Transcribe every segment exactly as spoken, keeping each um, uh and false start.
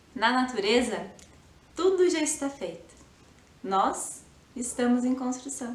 Na natureza, tudo já está feito. Nós estamos em construção.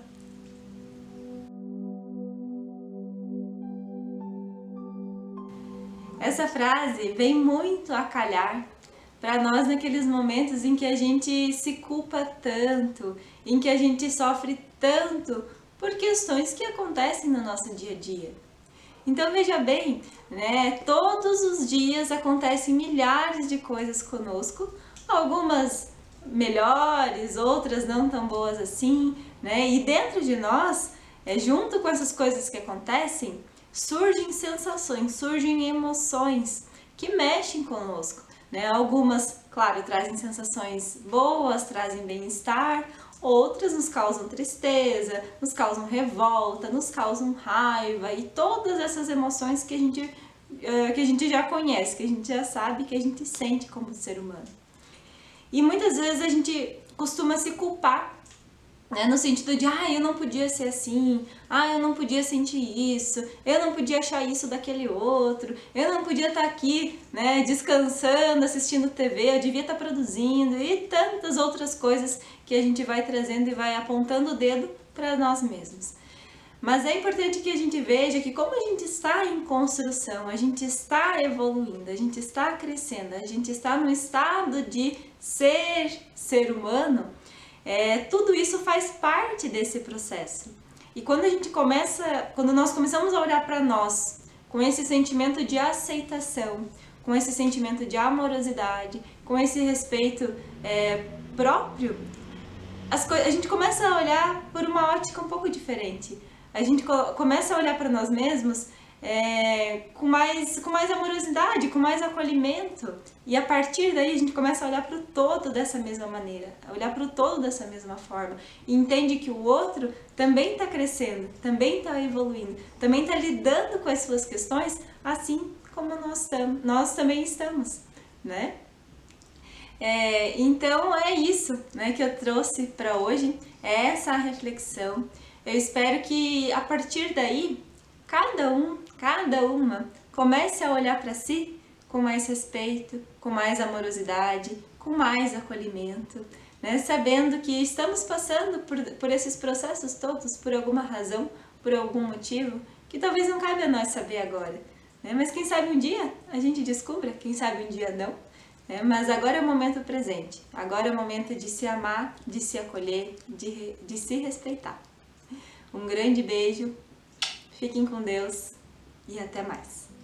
Essa frase vem muito a calhar para nós naqueles momentos em que a gente se culpa tanto, em que a gente sofre tanto por questões que acontecem no nosso dia a dia. Então veja bem, né? Todos os dias acontecem milhares de coisas conosco, algumas melhores, outras não tão boas assim, né? E dentro de nós, é, junto com essas coisas que acontecem, surgem sensações, surgem emoções que mexem conosco, né? Algumas, claro, trazem sensações boas, trazem bem-estar, outras nos causam tristeza, nos causam revolta, nos causam raiva e todas essas emoções que a gente, que a gente já conhece, que a gente já sabe, que a gente sente como ser humano. E muitas vezes a gente costuma se culpar, né, no sentido de, ah, eu não podia ser assim, ah, eu não podia sentir isso, eu não podia achar isso daquele outro, eu não podia estar aqui, né, descansando, assistindo T V, eu devia estar produzindo e tantas outras coisas que a gente vai trazendo e vai apontando o dedo para nós mesmos. Mas é importante que a gente veja que como a gente está em construção, a gente está evoluindo, a gente está crescendo, a gente está no estado de ser ser humano, é, tudo isso faz parte desse processo. E quando a gente começa, quando nós começamos a olhar para nós com esse sentimento de aceitação, com esse sentimento de amorosidade, com esse respeito é, próprio, as a gente começa a olhar por uma ótica um pouco diferente. A gente co começa a olhar para nós mesmos é, com, mais, com mais amorosidade, com mais acolhimento. E a partir daí a gente começa a olhar para o todo dessa mesma maneira, a olhar para o todo dessa mesma forma. E entende que o outro também está crescendo, também está evoluindo, também está lidando com as suas questões, assim como nós, estamos, nós também estamos, né? É, então é isso, né, que eu trouxe para hoje, é essa reflexão. Eu espero que a partir daí, cada um, cada uma, comece a olhar para si com mais respeito, com mais amorosidade, com mais acolhimento, né, sabendo que estamos passando por, por esses processos todos por alguma razão, por algum motivo, que talvez não cabe a nós saber agora, né, mas quem sabe um dia a gente descubra, quem sabe um dia não. É, mas agora é o momento presente, agora é o momento de se amar, de se acolher, de, de se respeitar. Um grande beijo, fiquem com Deus e até mais.